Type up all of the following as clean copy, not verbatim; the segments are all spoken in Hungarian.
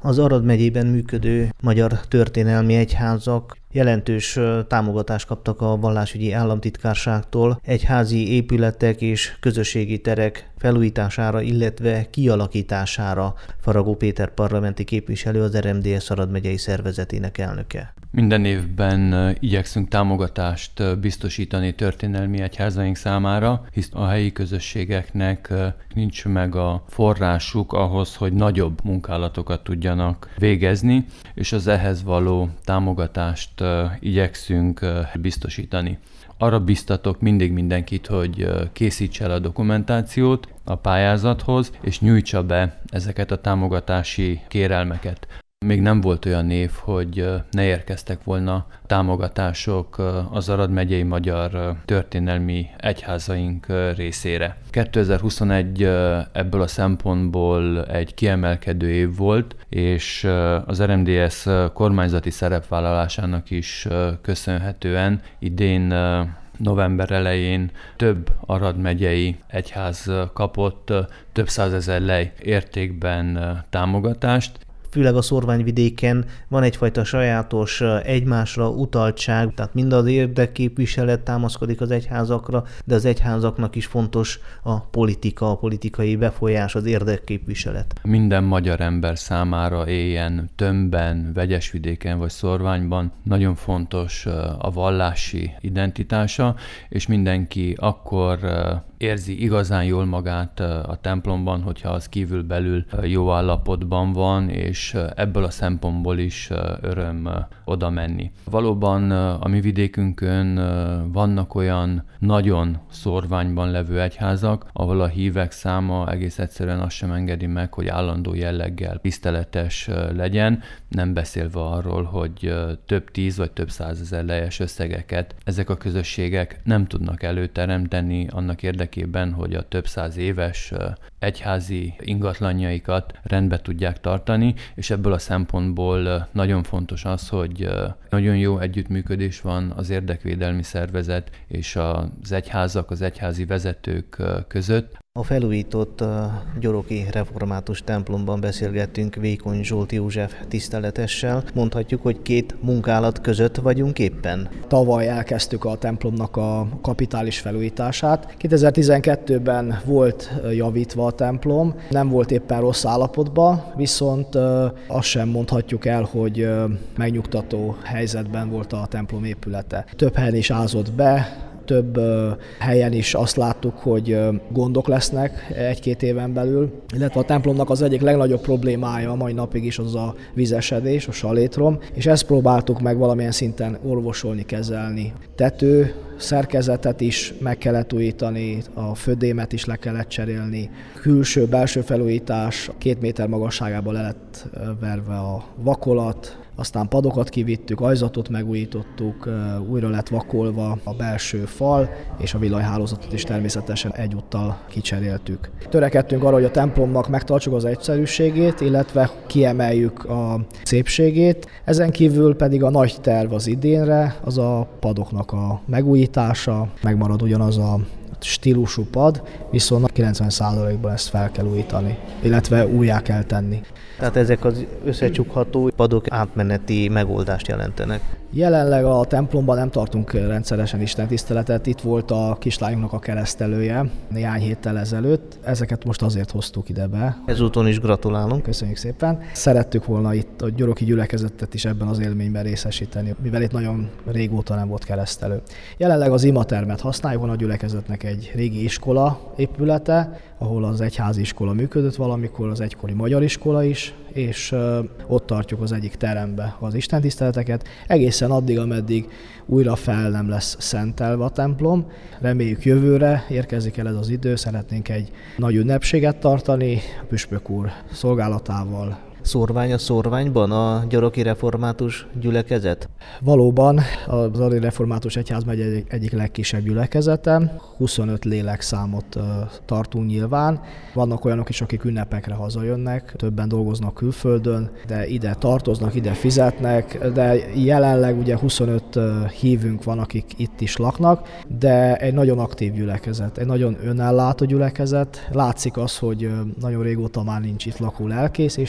Az Arad megyében működő magyar történelmi egyházak jelentős támogatást kaptak a vallásügyi államtitkárságtól egyházi épületek és közösségi terek felújítására, illetve kialakítására. Faragó Péter parlamenti képviselő, az RMDSZ Arad megyei szervezetének elnöke. Minden évben igyekszünk támogatást biztosítani történelmi egyházaink számára, hisz a helyi közösségeknek nincs meg a forrásuk ahhoz, hogy nagyobb munkálatokat tudjanak végezni, és az ehhez való támogatást igyekszünk biztosítani. Arra biztatok mindig mindenkit, hogy készítse el a dokumentációt a pályázathoz, és nyújtsa be ezeket a támogatási kérelmeket. Még nem volt olyan év, hogy ne érkeztek volna támogatások az Arad megyei magyar történelmi egyházaink részére. 2021 ebből a szempontból egy kiemelkedő év volt, és az RMDSZ kormányzati szerepvállalásának is köszönhetően idén november elején több Arad megyei egyház kapott több százezer lej értékben támogatást. Főleg a szórványvidéken van egyfajta sajátos egymásra utaltság, tehát mind az érdekképviselet támaszkodik az egyházakra, de az egyházaknak is fontos a politika, a politikai befolyás, az érdekképviselet. Minden magyar ember számára éljen tömbben, vegyesvidéken vagy szórványban nagyon fontos a vallási identitása, és mindenki akkor érzi igazán jól magát a templomban, hogyha az kívül-belül jó állapotban van, és ebből a szempontból is öröm oda menni. Valóban a mi vidékünkön vannak olyan nagyon szórványban levő egyházak, ahol a hívek száma egész egyszerűen azt sem engedi meg, hogy állandó jelleggel tiszteletes legyen, nem beszélve arról, hogy több 10 vagy több 100 000 lejes összegeket ezek a közösségek nem tudnak előteremteni annak érdekében, hogy a több 100 éves egyházi ingatlanjaikat rendbe tudják tartani, és ebből a szempontból nagyon fontos az, hogy nagyon jó együttműködés van az érdekvédelmi szervezet és az egyházak, az egyházi vezetők között. A felújított gyoroki református templomban beszélgettünk Vékony Zsolt József tiszteletessel. Mondhatjuk, hogy két munkálat között vagyunk éppen. Tavaly elkezdtük a templomnak a kapitális felújítását. 2012-ben volt javítva a templom, nem volt éppen rossz állapotban, viszont azt sem mondhatjuk el, hogy megnyugtató helyzetben volt a templom épülete. Több helyen is ázott be, több helyen is azt láttuk, hogy gondok lesznek egy-két éven belül, illetve a templomnak az egyik legnagyobb problémája a mai napig is az a vizesedés, a salétrom, és ezt próbáltuk meg valamilyen szinten orvosolni, kezelni. Tető szerkezetet is meg kellett újítani, a födémet is le kellett cserélni, külső-belső felújítás, 2 méter magasságába le lett verve a vakolat, aztán padokat kivittük, ajzatot megújítottuk, újra lett vakolva a belső fal, és a villanyhálózatot is természetesen egyúttal kicseréltük. Törekedtünk arra, hogy a templomnak megtartsuk az egyszerűségét, illetve kiemeljük a szépségét. Ezen kívül pedig a nagy terv az idénre, az a padoknak a megújítása, megmarad ugyanaz a stílusú pad, viszont 90%-ban ezt fel kell újítani, illetve újjá kell tenni. Tehát ezek az összecsukható padok átmeneti megoldást jelentenek. Jelenleg a templomban nem tartunk rendszeresen istentiszteletet, itt volt a kislányunknak a keresztelője néhány héttel ezelőtt, ezeket most azért hoztuk ide be. Ezúton is gratulálunk. Köszönjük szépen. Szerettük volna itt a gyoroki gyülekezetet is ebben az élményben részesíteni, mivel itt nagyon régóta nem volt keresztelő. Jelenleg az imatermet használjuk, van a gyülekezetnek egy régi iskola épülete, ahol az egyházi iskola működött valamikor, az egykori magyar iskola is, és ott tartjuk az egyik terembe az istentiszteleteket, egészen addig, ameddig újra fel nem lesz szentelve a templom. Reméljük jövőre érkezik el ez az idő, szeretnénk egy nagy ünnepséget tartani, a püspök úr szolgálatával. Szórvány a szórványban a gyoroki református gyülekezet? Valóban az Aradi Református Egyházmegye egyik legkisebb gyülekezete, 25 lélekszámot tartunk nyilván. Vannak olyanok is, akik ünnepekre hazajönnek, többen dolgoznak külföldön, de ide tartoznak, ide fizetnek, de jelenleg ugye 25 hívünk van, akik itt is laknak, de egy nagyon aktív gyülekezet, egy nagyon önellátó gyülekezet. Látszik az, hogy nagyon régóta már nincs itt lakó lelkész, és a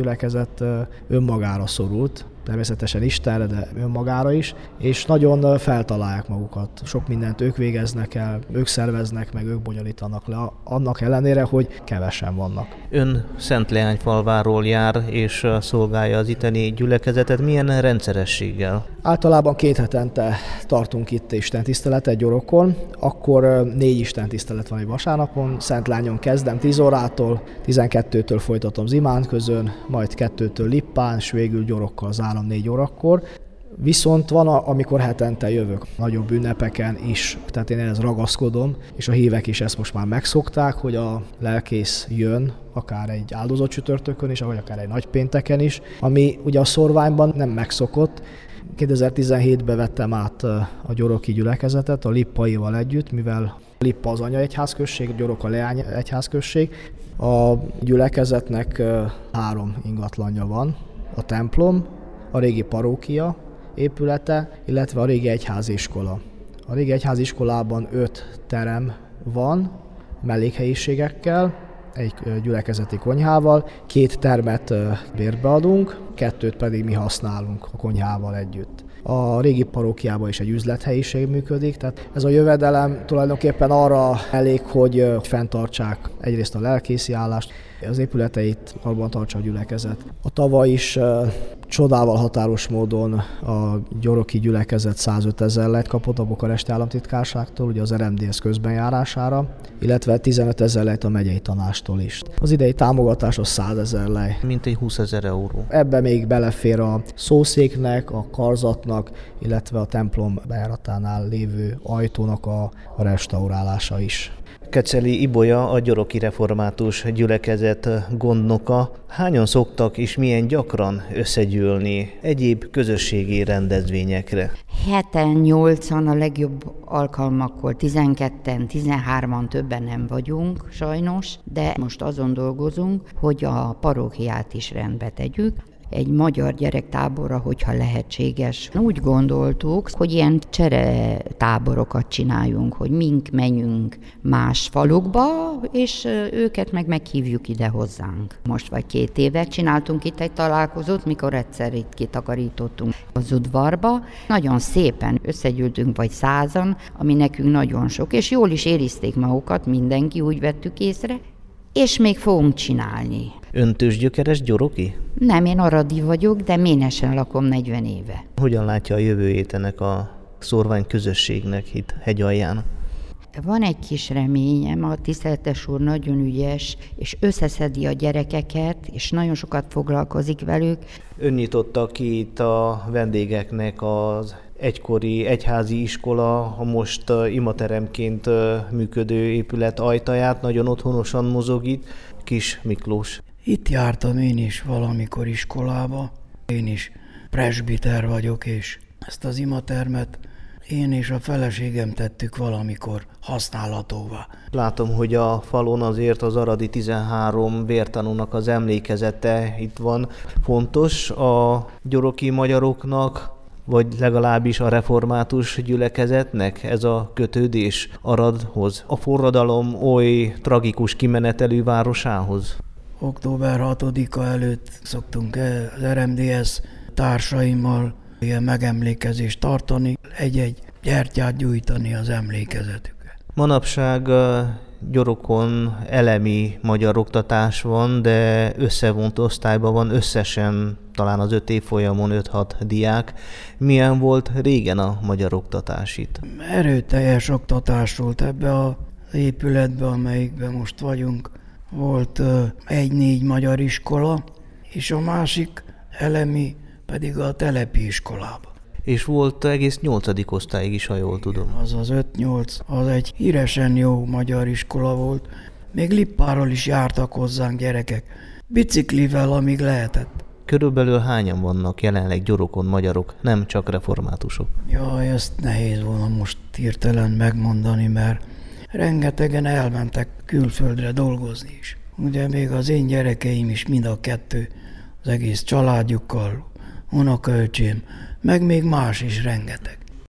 gyülekezet önmagára szorult, természetesen Istenre, de önmagára is, és nagyon feltalálják magukat. Sok mindent ők végeznek el, ők szerveznek, meg ők bonyolítanak le, annak ellenére, hogy kevesen vannak. Ön Szentleányfalváról jár és szolgálja az itteni gyülekezetet. Milyen rendszerességgel? Általában 2 hetente tartunk itt istentiszteletet Gyorokon, akkor 4 istentisztelet van egy vasárnapon, Szentlányon kezdem 10 órától, 12-től folytatom Zimánközön, majd 2-től Lippán, és végül Gyorokkal zárom 4 órakor. Viszont van, amikor hetente jövök, nagyobb ünnepeken is, tehát én ehhez ragaszkodom, és a hívek is ezt most már megszokták, hogy a lelkész jön, akár egy áldozott csütörtökön is, vagy akár egy nagypénteken is, ami ugye a szorványban nem megszokott. 2017-ben vettem át a gyoroki gyülekezetet a Lippaival együtt, mivel Lippa az anyaegyházközség, Gyorok a leány egyházközség. A gyülekezetnek 3 ingatlanja van, a templom, a régi parókia épülete, illetve a régi egyháziskola. A régi egyháziskolában 5 terem van, mellékhelyiségekkel, egy gyülekezeti konyhával, 2 termet bérbe adunk, 2 pedig mi használunk a konyhával együtt. A régi parókiában is egy üzlethelyiség működik, tehát ez a jövedelem tulajdonképpen arra elég, hogy fenntartsák egyrészt a lelkészi állást, az épületeit karban tartsa a gyülekezet. A tavaly is csodával határos módon a gyoroki gyülekezet 105 000 lejt kapott a Bukaresti Államtitkárságtól, ugye az RMDS közbenjárására, illetve 15 000 lejt a megyei tanástól is. Az idei támogatás az 100 000 lej. Mintegy 20 000 euró. Ebbe még belefér a szószéknek, a karzatnak, illetve a templom bejáratánál lévő ajtónak a restaurálása is. Keceli Ibolya, a Gyoroki Református Gyülekezet gondnoka. Hányan szoktak és milyen gyakran összegyűlni egyéb közösségi rendezvényekre? 7-8-an a legjobb alkalmakkor, 12-en, 13-an többen nem vagyunk sajnos, de most azon dolgozunk, hogy a parókiát is rendbe tegyük. Egy magyar gyerektáborra, hogyha lehetséges. Úgy gondoltuk, hogy ilyen cseretáborokat csináljunk, hogy mink menjünk más falukba, és őket meghívjuk ide hozzánk. Most vagy 2 éve csináltunk itt egy találkozót, mikor egyszer itt kitakarítottunk az udvarba. Nagyon szépen összegyűltünk, vagy 100-an, ami nekünk nagyon sok, és jól is érizték magukat, mindenki, úgy vettük észre, és még fogunk csinálni. Ön tőzsgyökeres gyoroki? Nem, én aradi vagyok, de Ménesen lakom 40 éve. Hogyan látja a jövőjét ennek a szorvány közösségnek itt Hegyalján? Van egy kis reményem, a tiszteletes úr nagyon ügyes, és összeszedi a gyerekeket, és nagyon sokat foglalkozik velük. Ön nyitotta ki itt a vendégeknek az egykori egyházi iskola, a most imateremként működő épület ajtaját, nagyon otthonosan mozog itt. Kis Miklós. Itt jártam én is valamikor iskolába, én is presbiter vagyok, és ezt az imatermet én és a feleségem tettük valamikor használatóvá. Látom, hogy a falon azért az aradi 13 vértanúnak az emlékezete itt van. Fontos a gyoroki magyaroknak, vagy legalábbis a református gyülekezetnek ez a kötődés Aradhoz, a forradalom oly tragikus kimenetelű városához? Október 6-a előtt szoktunk az RMDS társaimmal ilyen megemlékezést tartani, egy-egy gyertyát gyújtani az emlékezetükre. Manapság Gyorokon elemi magyar oktatás van, de összevont osztályban van összesen talán az 5 évfolyamon 5-6 diák. Milyen volt régen a magyar oktatás itt? Erőteljes oktatás volt ebbe az épületbe, amelyikben most vagyunk. Volt 1-4 magyar iskola, és a másik elemi pedig a telepi iskolába. És volt egész 8. osztályig is, ha jól tudom. Az 5-8, az egy híresen jó magyar iskola volt. Még Lippáról is jártak hozzánk gyerekek, biciklivel, amíg lehetett. Körülbelül hányan vannak jelenleg Gyorokon magyarok, nem csak reformátusok? Jaj, ezt nehéz volna most hirtelen megmondani, mert rengetegen elmentek külföldre dolgozni is. Ugye még az én gyerekeim is mind a 2, az egész családjukkal, unokaöcsém, meg még más is rengeteg.